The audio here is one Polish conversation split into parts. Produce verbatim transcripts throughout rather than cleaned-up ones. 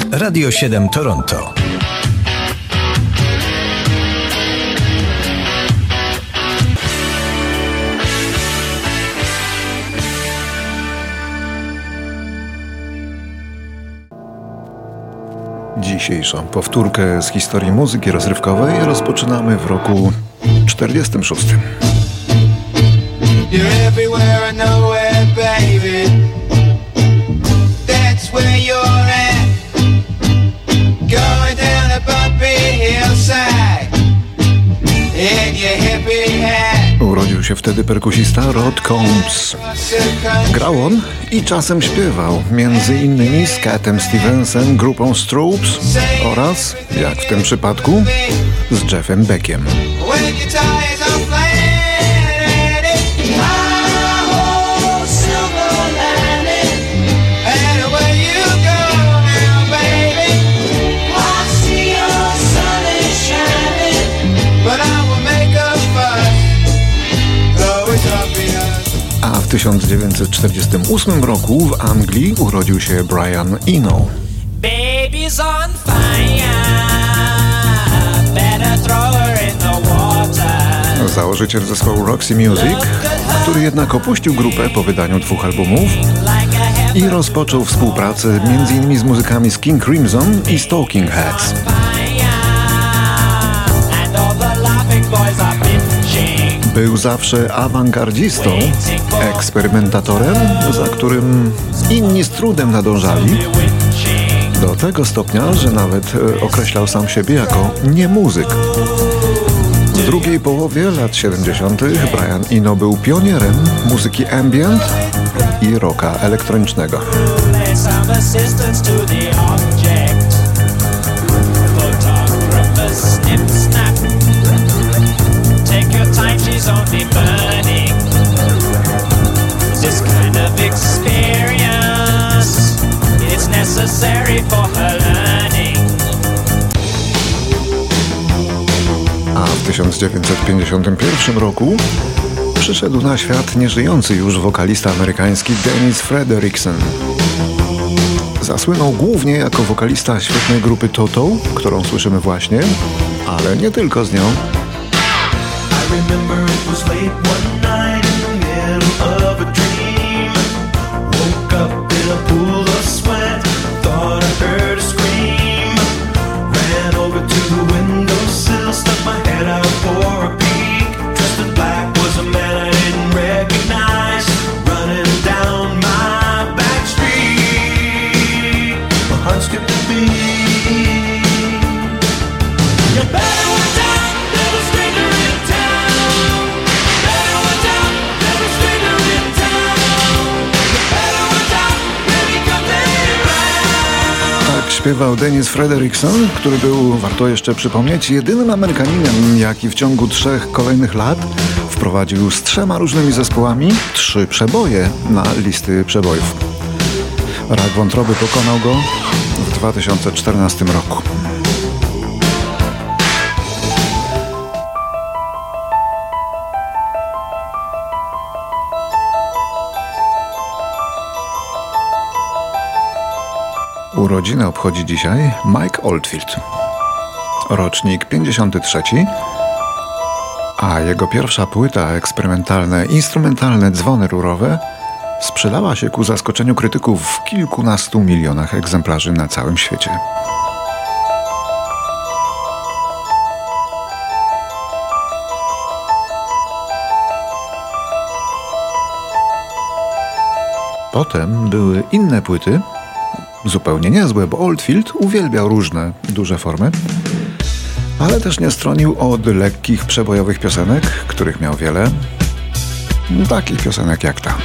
Radio siedem Toronto. Dzisiejszą powtórkę z historii muzyki rozrywkowej rozpoczynamy w roku czterdziestym szóstym. You're everywhere and nowhere, baby. That's where you're at. Going down a bumpy hillside in your hippie hat. Urodził się wtedy perkusista Rod Combs. Grał on i czasem śpiewał, między innymi z Catem Stevensem, grupą Stroops oraz, jak w tym przypadku, z Jeffem Beckiem. W tysiąc dziewięćset czterdziestym ósmym roku w Anglii urodził się Brian Eno. Założyciel zespołu Roxy Music, który jednak opuścił grupę po wydaniu dwóch albumów i rozpoczął współpracę między innymi z muzykami z King Crimson i z Talking Heads. Był zawsze awangardzistą, eksperymentatorem, za którym inni z trudem nadążali, do tego stopnia, że nawet określał sam siebie jako niemuzyk. W drugiej połowie lat siedemdziesiątych Brian Eno był pionierem muzyki ambient i rocka elektronicznego. She's only burning. This kind of experience, it's necessary for her learning. A w tysiąc dziewięćset pięćdziesiątym pierwszym roku przyszedł na świat nieżyjący już wokalista amerykański Dennis Frederiksen. Zasłynął głównie jako wokalista świetnej grupy Toto, którą słyszymy właśnie, ale nie tylko z nią. Remember it was late one night in the middle of a dream. Woke up in a pool of sweat, thought I heard a scream. Ran over to the windowsill, stuck my head out for a peek. Dressed in black was a man I didn't recognize, running down my back street. My heart skipped a beat. You better watch out, little stranger in town. Śpiewał Dennis Frederiksen, który był, warto jeszcze przypomnieć, jedynym Amerykaninem, jaki w ciągu trzech kolejnych lat wprowadził z trzema różnymi zespołami trzy przeboje na listy przebojów. Rak wątroby pokonał go w dwa tysiące czternastym roku. Urodziny obchodzi dzisiaj Mike Oldfield, rocznik pięćdziesiąty trzeci, a jego pierwsza płyta, eksperymentalne, instrumentalne dzwony rurowe, sprzedała się ku zaskoczeniu krytyków w kilkunastu milionach egzemplarzy na całym świecie. Potem były inne płyty, zupełnie niezłe, bo Oldfield uwielbiał różne duże formy, ale też nie stronił od lekkich, przebojowych piosenek, których miał wiele, takich piosenek jak ta.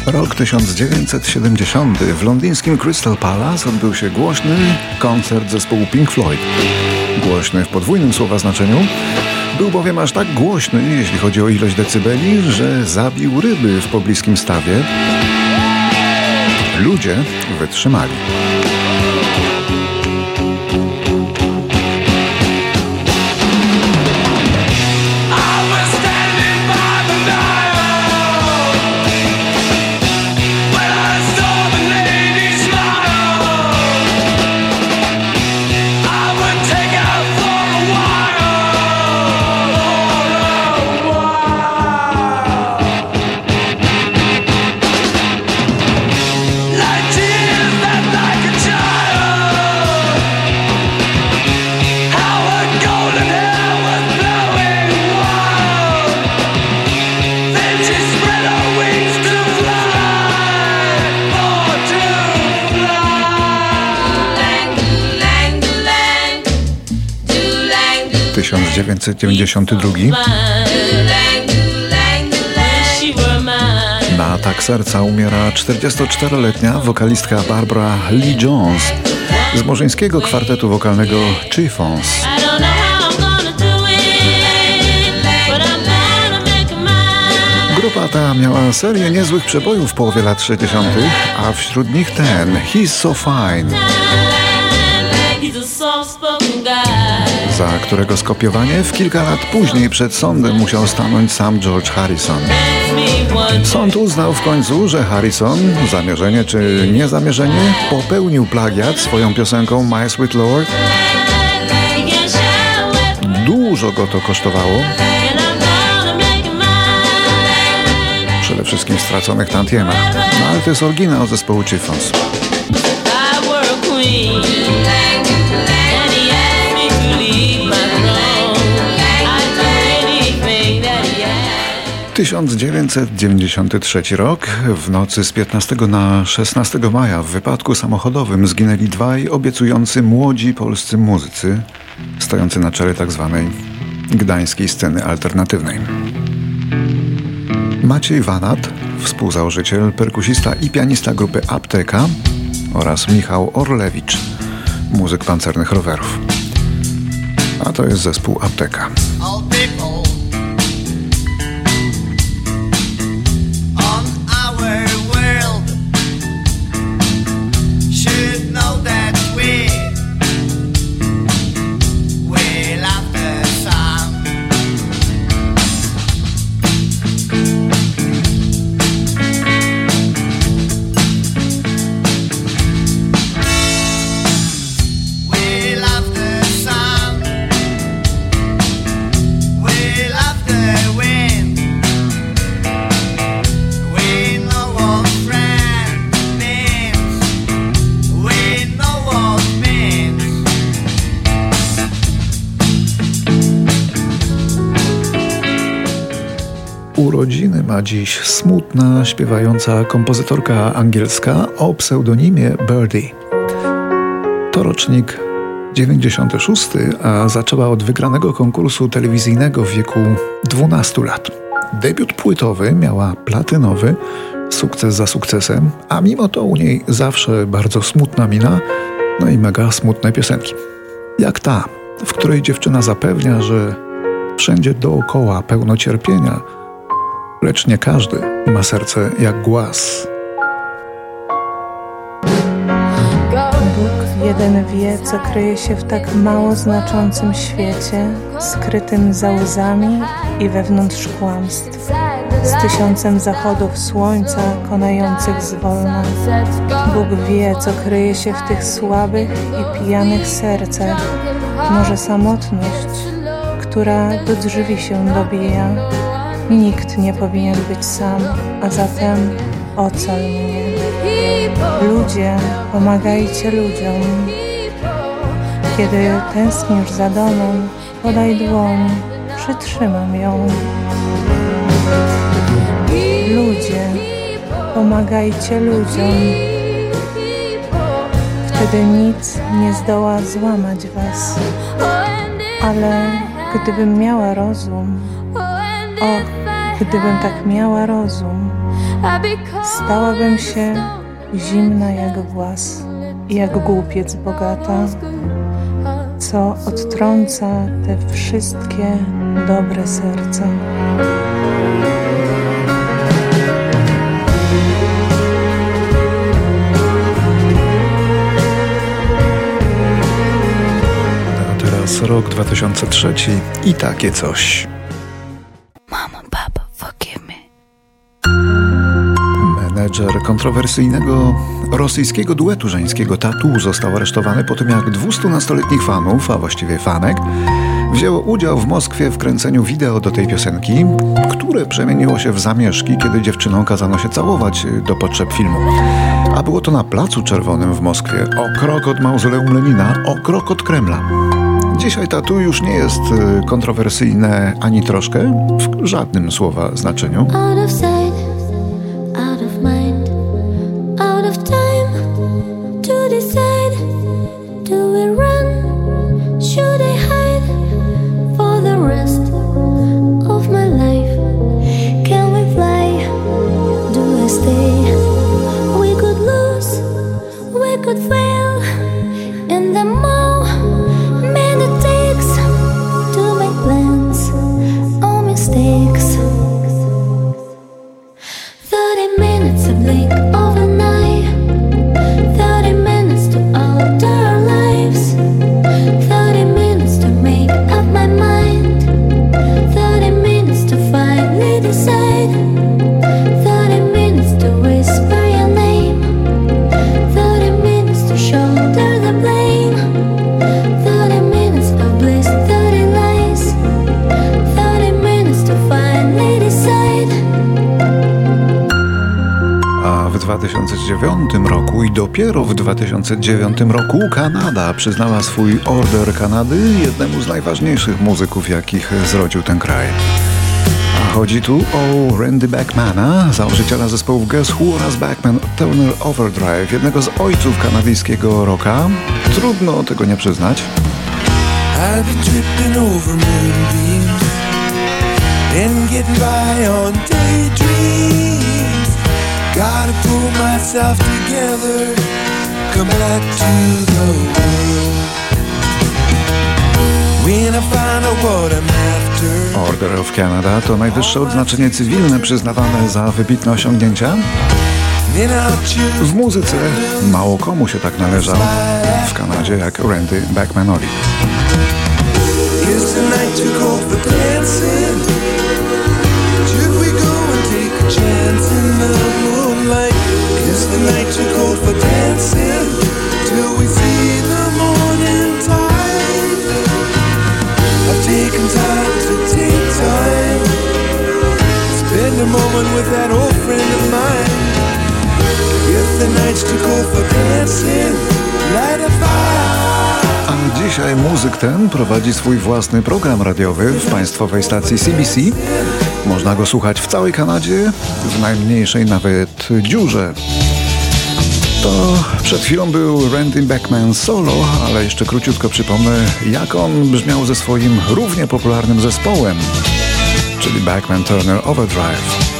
Rok tysiąc dziewięćset siedemdziesiąty. W londyńskim Crystal Palace odbył się głośny koncert zespołu Pink Floyd. Głośny w podwójnym słowa znaczeniu. Był bowiem aż tak głośny, jeśli chodzi o ilość decybeli, że zabił ryby w pobliskim stawie. Ludzie wytrzymali. tysiąc dziewięćset dziewięćdziesiąty drugi. Na atak serca umiera czterdziestoczteroletnia wokalistka Barbara Lee Jones z murzyńskiego kwartetu wokalnego Chiffons. Grupa ta miała serię niezłych przebojów w połowie lat sześćdziesiątych, a wśród nich ten He's So Fine, za którego skopiowanie w kilka lat później przed sądem musiał stanąć sam George Harrison. Sąd uznał w końcu, że Harrison, zamierzenie czy niezamierzenie, popełnił plagiat swoją piosenką My Sweet Lord. Dużo go to kosztowało. Przede wszystkim w straconych tantiemach. No ale to jest oryginał zespołu Chiffons. tysiąc dziewięćset dziewięćdziesiąty trzeci rok. W nocy z piętnastego na szesnastego maja w wypadku samochodowym zginęli dwaj obiecujący młodzi polscy muzycy stojący na czele tzw. gdańskiej sceny alternatywnej. Maciej Wanat, współzałożyciel, perkusista i pianista grupy Apteka, oraz Michał Orlewicz, muzyk pancernych rowerów. A to jest zespół Apteka. Urodziny ma dziś smutna, śpiewająca kompozytorka angielska o pseudonimie Birdie. To rocznik dziewięćdziesiąty szósty, a zaczęła od wygranego konkursu telewizyjnego w wieku dwunastu lat. Debiut płytowy miała platynowy, sukces za sukcesem, a mimo to u niej zawsze bardzo smutna mina, no i mega smutne piosenki. Jak ta, w której dziewczyna zapewnia, że wszędzie dookoła pełno cierpienia, lecz nie każdy ma serce jak głaz. Bóg jeden wie, co kryje się w tak mało znaczącym świecie, skrytym za łzami i wewnątrz kłamstw, z tysiącem zachodów słońca konających zwolna. Bóg wie, co kryje się w tych słabych i pijanych sercach, może samotność, która do drzwi się dobija. Nikt nie powinien być sam, a zatem ocal mnie. Ludzie, pomagajcie ludziom. Kiedy tęsknisz za domem, podaj dłoń, przytrzymam ją. Ludzie, pomagajcie ludziom. Wtedy nic nie zdoła złamać was. Ale gdybym miała rozum, och, Gdybym tak miała rozum, stałabym się zimna jak włas, jak głupiec bogata, co odtrąca te wszystkie dobre serca. A teraz rok dwa tysiące trzeci i takie coś. Mama, papa, forgive me. Menedżer kontrowersyjnego rosyjskiego duetu żeńskiego Tatu został aresztowany po tym, jak dwustu nastoletnich fanów, a właściwie fanek, wzięło udział w Moskwie w kręceniu wideo do tej piosenki, które przemieniło się w zamieszki, kiedy dziewczynom kazano się całować do potrzeb filmu. A było to na Placu Czerwonym w Moskwie, o krok od mauzoleum Lenina, o krok od Kremla. Dzisiaj Tatu już nie jest kontrowersyjne ani troszkę, w żadnym słowa znaczeniu. W dwa tysiące dziewiątym roku i dopiero w dwa tysiące dziewiątym roku Kanada przyznała swój Order Kanady jednemu z najważniejszych muzyków, jakich zrodził ten kraj. A chodzi tu o Randy Bachmana, założyciela zespołów Guess Who oraz Bachman Turner Overdrive, jednego z ojców kanadyjskiego rocka. Trudno tego nie przyznać. I've been tripping over moonbeams and getting by on daydreams. Gotta pull myself together, come back to the world. When I find out what I'm after. Order of Canada to najwyższe odznaczenie cywilne przyznawane za wybitne osiągnięcia. W muzyce mało komu się tak należał w Kanadzie jak Randy Bachmanowi. A dzisiaj muzyk ten prowadzi swój własny program radiowy w państwowej stacji C B C. Można go słuchać w całej Kanadzie, w najmniejszej nawet dziurze. To przed chwilą był Randy Bachman solo, ale jeszcze króciutko przypomnę, jak on brzmiał ze swoim równie popularnym zespołem, czyli Bachman Turner Overdrive.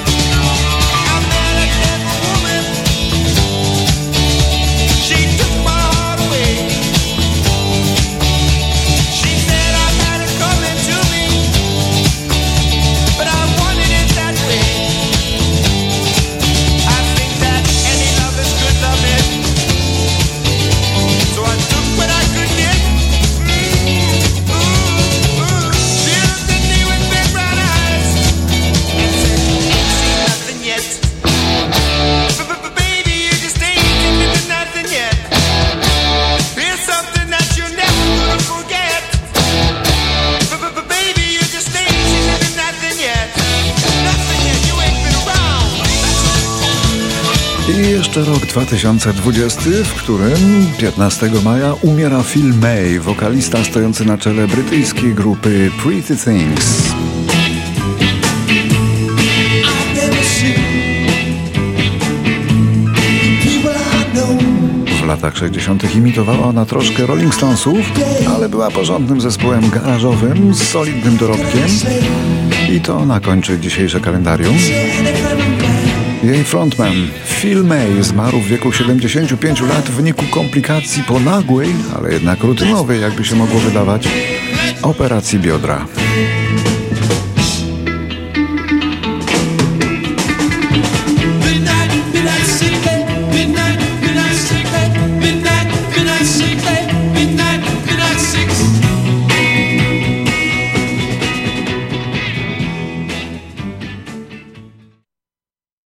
I jeszcze rok dwa tysiące dwudziesty, w którym piętnastego maja umiera Phil May, wokalista stojący na czele brytyjskiej grupy Pretty Things. W latach sześćdziesiątych imitowała ona troszkę Rolling Stonesów, ale była porządnym zespołem garażowym z solidnym dorobkiem. I to ona kończy dzisiejsze kalendarium. Jej frontman Phil May zmarł w wieku siedemdziesięciu pięciu lat w wyniku komplikacji po nagłej, ale jednak rutynowej, jakby się mogło wydawać, operacji biodra.